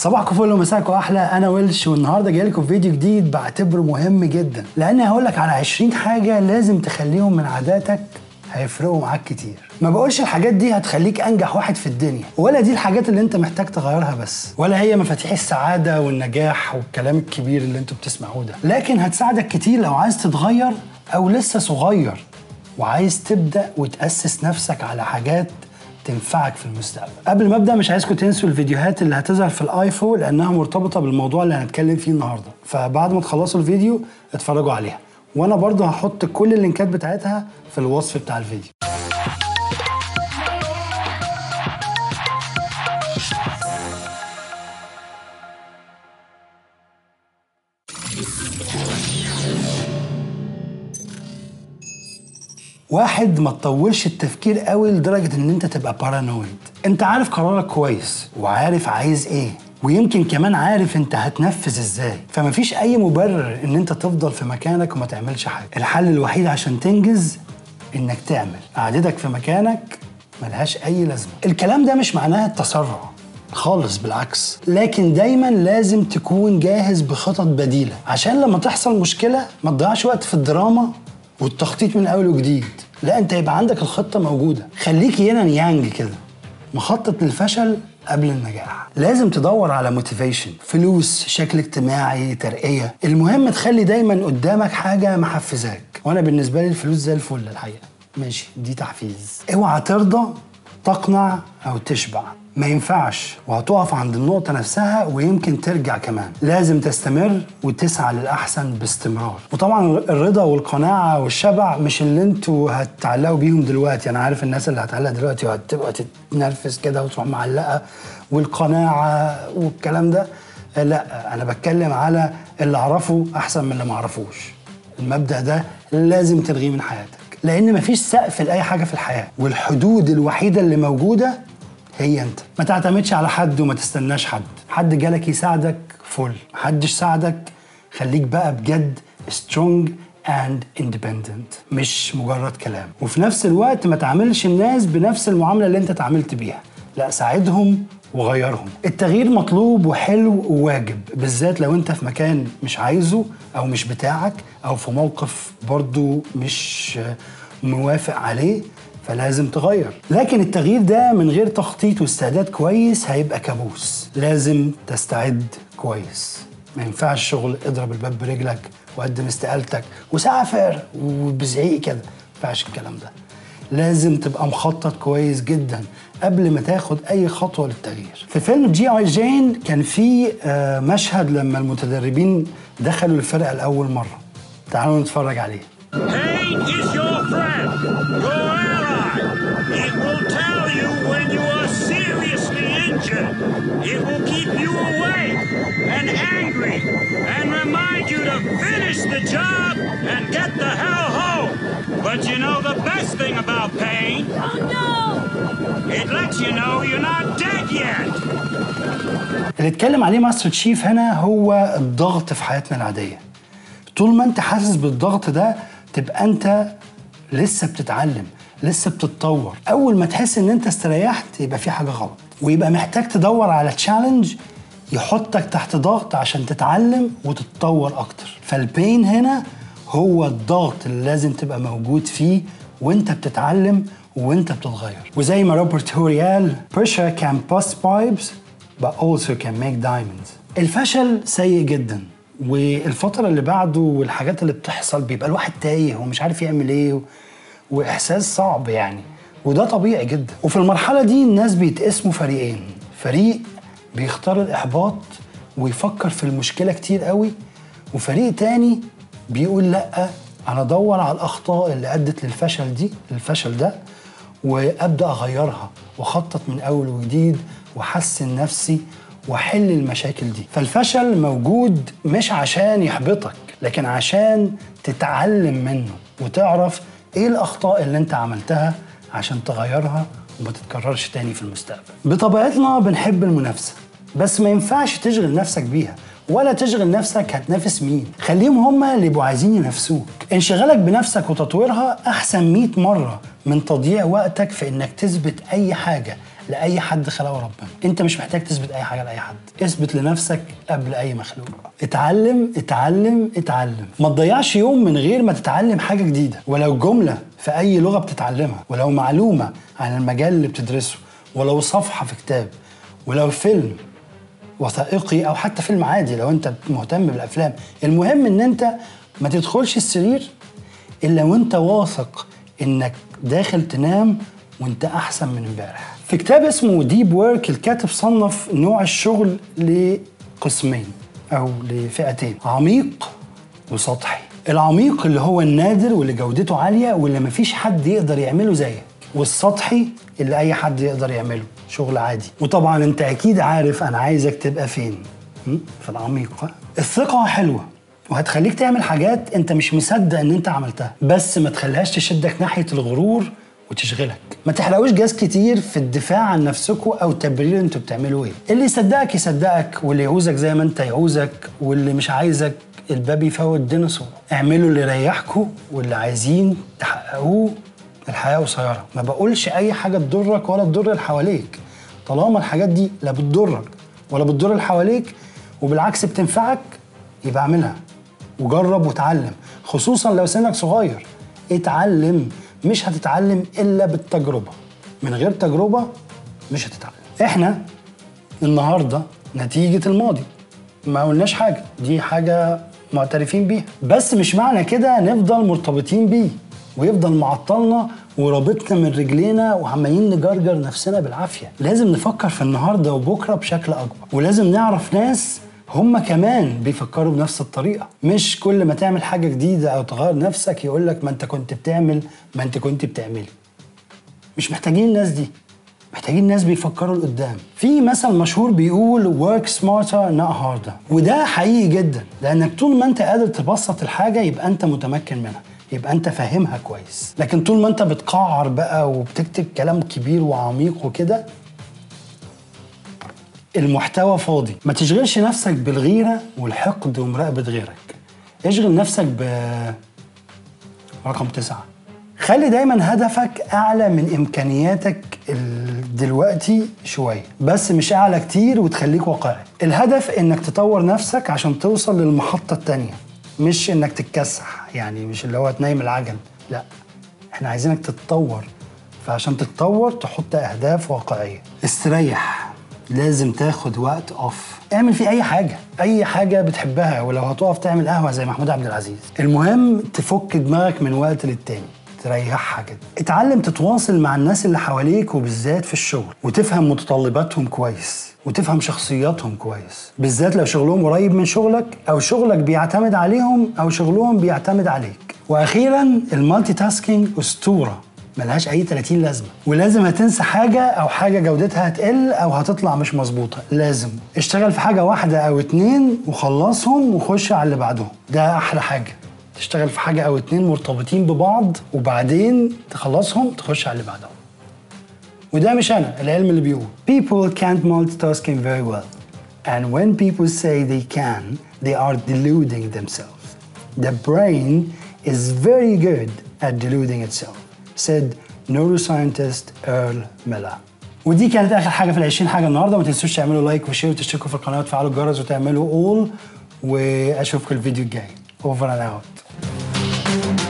صباحكم فل ومساكم احلى. انا ويلش والنهارده جاي لكم فيديو جديد بعتبره مهم جدا، لان هقول لك على 20 حاجه لازم تخليهم من عاداتك هيفرقوا معاك كتير. ما بقولش الحاجات دي هتخليك انجح واحد في الدنيا، ولا دي الحاجات اللي انت محتاج تغيرها بس، ولا هي مفاتيح السعاده والنجاح والكلام الكبير اللي انتوا بتسمعوه ده، لكن هتساعدك كتير لو عايز تتغير او لسه صغير وعايز تبدا وتاسس نفسك على حاجات تنفعك في المستقبل. قبل ما ابدا مش عايزكم تنسوا الفيديوهات اللي هتظهر في الايفون لانها مرتبطه بالموضوع اللي هنتكلم فيه النهارده، فبعد ما تخلصوا الفيديو اتفرجوا عليها، وانا برضو هحط كل اللينكات بتاعتها في الوصف بتاع الفيديو. واحد، ما تطولش التفكير قوي لدرجة ان انت تبقى بارانويد. انت عارف قرارك كويس وعارف عايز ايه، ويمكن كمان عارف انت هتنفذ ازاي، فمفيش اي مبرر ان انت تفضل في مكانك وما تعملش حاجة. الحل الوحيد عشان تنجز انك تعمل. قعدتك في مكانك ملهاش اي لازمة. الكلام ده مش معناه التسرع خالص، بالعكس، لكن دايما لازم تكون جاهز بخطط بديلة عشان لما تحصل مشكلة ما تضيعش وقت في الدراما والتخطيط من اول وجديد. لا، انت يبقى عندك الخطه موجوده. خليك يانج يانج كده، مخطط للفشل قبل النجاح. لازم تدور على موتيفيشن، فلوس، شكل اجتماعي، ترقيه. المهم تخلي دايما قدامك حاجه محفزاك، وانا بالنسبه لي الفلوس زي الفل الحقيقه، ماشي، دي تحفيز. اوعى ترضى تقنع او تشبع، ما ينفعش، وهتقف عند النقطة نفسها ويمكن ترجع كمان. لازم تستمر وتسعى للأحسن باستمرار. وطبعا الرضا والقناعة والشبع مش اللي انتوا هتعلقوا بيهم دلوقتي. أنا عارف الناس اللي هتعلق دلوقتي وهتبقى تتنرفز كده وتروح معلقة والقناعة والكلام ده. لا، أنا بتكلم على اللي أعرفه أحسن من اللي ما أعرفوش. المبدأ ده لازم تلغيه من حياتك، لأن مفيش سقف لأي حاجة في الحياة، والحدود الوحيدة اللي موجودة هي انت. ما تعتمدش على حد وما تستناش حد جالك يساعدك فل، محدش ساعدك، خليك بقى بجد strong and independent، مش مجرد كلام. وفي نفس الوقت ما تعاملش الناس بنفس المعاملة اللي انت تعاملت بيها، لا، ساعدهم وغيرهم. التغيير مطلوب وحلو وواجب، بالذات لو انت في مكان مش عايزه او مش بتاعك، او في موقف برضو مش موافق عليه، فلازم تغير. لكن التغيير ده من غير تخطيط واستعداد كويس هيبقى كابوس. لازم تستعد كويس. ما ينفعش شغل اضرب الباب برجلك وقدم استقالتك وسافر وبزعيق كده، ما ينفعش الكلام ده. لازم تبقى مخطط كويس جدا قبل ما تاخد اي خطوه للتغيير. في فيلم جي آي جين كان في مشهد لما المتدربين دخلوا الفرقه لاول مره. تعالوا نتفرج عليه. Pain is your friend, your ally. It will tell you when you are seriously injured. It will keep you awake and angry and remind you to finish the job and get the hell home. But you know the best thing about pain? Oh no! It lets you know you're not dead yet. اللي اتكلم عليه ماستر تشيف هنا هو الضغط في حياتنا العادية. طول ما انت حاسس بالضغط ده تبقى انت لسه بتتعلم، لسه بتتطور. اول ما تحس ان انت استريحت يبقى في حاجة غلط، ويبقى محتاج تدور على تشالنج يحطك تحت ضغط عشان تتعلم وتتطور اكتر. فالبين هنا هو الضغط اللي لازم تبقى موجود فيه وانت بتتعلم وانت بتتغير. وزي ما روبرت هوري قال pressure can bust pipes but also can make diamonds. الفشل سيء جدا، والفترة اللي بعده والحاجات اللي بتحصل بيبقى الواحد تايه ومش عارف يعمل ايه، واحساس صعب يعني، وده طبيعي جدا. وفي المرحلة دي الناس بيتقسموا فريقين. فريق بيختار الإحباط ويفكر في المشكلة كتير قوي، وفريق تاني بيقول لأ، أنا أدور على الأخطاء اللي أدت للفشل ده وأبدأ أغيرها وأخطط من أول وجديد وأحسن نفسي وحل المشاكل دي. فالفشل موجود مش عشان يحبطك، لكن عشان تتعلم منه وتعرف ايه الأخطاء اللي انت عملتها عشان تغيرها وما تتكررش تاني في المستقبل. بطبيعتنا بنحب المنافسة، بس ما ينفعش تشغل نفسك بيها ولا تشغل نفسك هتنافس مين. خليهم هما اللي يبقوا عايزين ينافسوك. انشغالك بنفسك وتطويرها أحسن 100 مرة من تضييع وقتك في إنك تثبت أي حاجة لاي حد خلقه ربنا. انت مش محتاج تثبت اي حاجه لاي حد، اثبت لنفسك قبل اي مخلوق. اتعلم اتعلم اتعلم، ما تضيعش يوم من غير ما تتعلم حاجه جديده، ولو جمله في اي لغه بتتعلمها، ولو معلومه عن المجال اللي بتدرسه، ولو صفحه في كتاب، ولو فيلم وثائقي او حتى فيلم عادي لو انت مهتم بالافلام. المهم ان انت ما تدخلش السرير الا وانت واثق انك داخل تنام وانت احسن من امبارح. في كتاب اسمه ديب وورك الكاتب صنف نوع الشغل لقسمين او لفئتين، عميق وسطحي. العميق اللي هو النادر واللي جودته عاليه واللي مفيش حد يقدر يعمله زيك، والسطحي اللي اي حد يقدر يعمله، شغل عادي. وطبعا انت اكيد عارف انا عايزك تبقى فين، في العميق. الثقه حلوه وهتخليك تعمل حاجات انت مش مصدق ان انت عملتها، بس ما تخليهاش تشدك ناحيه الغرور وتشغلك. ما تحرقوش جاز كتير في الدفاع عن نفسكم او تبرير انتوا بتعملوا ايه. اللي يصدقك يصدقك، واللي يعوزك زي ما انت يعوزك، واللي مش عايزك الباب يفوت ديناصور. اعملوا اللي يريحكم واللي عايزين تحققوه. الحياه قصيره، ما بقولش اي حاجه تضرك ولا تضر اللي حواليك، طالما الحاجات دي لا بتضرك ولا بتضر اللي حواليك وبالعكس بتنفعك، يبقى اعملها وجرب وتعلم، خصوصا لو سنك صغير. اتعلم، مش هتتعلم الا بالتجربه، من غير تجربه مش هتتعلم. احنا النهارده نتيجه الماضي، ما قلناش حاجه، دي حاجه معترفين بيها، بس مش معنى كده نفضل مرتبطين بيه ويفضل معطلنا ورابطنا من رجلينا وعمالين نجرجر نفسنا بالعافيه. لازم نفكر في النهارده وبكره بشكل اكبر، ولازم نعرف ناس هم كمان بيفكروا بنفس الطريقه. مش كل ما تعمل حاجه جديده او تغير نفسك يقول لك ما انت كنت بتعمل، ما انت كنت بتعملي. مش محتاجين الناس دي، محتاجين ناس بيفكروا لقدام. في مثل مشهور بيقول work smarter not harder، وده حقيقي جدا، لانك طول ما انت قادر تبسط الحاجه يبقى انت متمكن منها، يبقى انت فاهمها كويس. لكن طول ما انت بتقعر بقى وبتكتب كلام كبير وعميق وكده، المحتوى فاضي. ما تشغلش نفسك بالغيرة والحقد ومراقبة غيرك، اشغل نفسك رقم 9. خلي دايما هدفك اعلى من امكانياتك دلوقتي شوية، بس مش اعلى كتير وتخليك واقعي. الهدف انك تطور نفسك عشان توصل للمحطة التانية، مش انك تتكسح، يعني مش اللي هو تنايم العجل، لا، احنا عايزينك تتطور. فعشان تتطور تحط اهداف واقعية. استريح، لازم تاخد وقت اوف، اعمل فيه اي حاجه بتحبها، ولو هتقف تعمل قهوه زي محمود عبد العزيز. المهم تفك دماغك من وقت للتاني، تريحها كده. اتعلم تتواصل مع الناس اللي حواليك وبالذات في الشغل، وتفهم متطلباتهم كويس وتفهم شخصياتهم كويس، بالذات لو شغلهم قريب من شغلك او شغلك بيعتمد عليهم او شغلهم بيعتمد عليك. واخيرا المالتي تاسكينج اسطوره ملهاش اي 30 لازمه، ولازم هتنسى حاجه او حاجه جودتها هتقل او هتطلع مش مظبوطه. لازم اشتغل في حاجه واحده او 2 وخلصهم وخش على اللي بعدهم. ده احلى حاجه، تشتغل في حاجه او 2 مرتبطين ببعض وبعدين تخلصهم تخش على اللي بعدهم. وده مش انا، العلم اللي بيقول people can't multitasking very well and when people say they can they are deluding themselves. The brain is very good at deluding itself, said neuroscientist Earl Miller. ودي كانت اخر حاجه في ال20 حاجه النهارده. ما تنسوش تعملوا لايك وشير وتشتركوا في القناه وتفعلوا الجرس وتعملوا all، واشوفكم الفيديو الجاي. Over and out.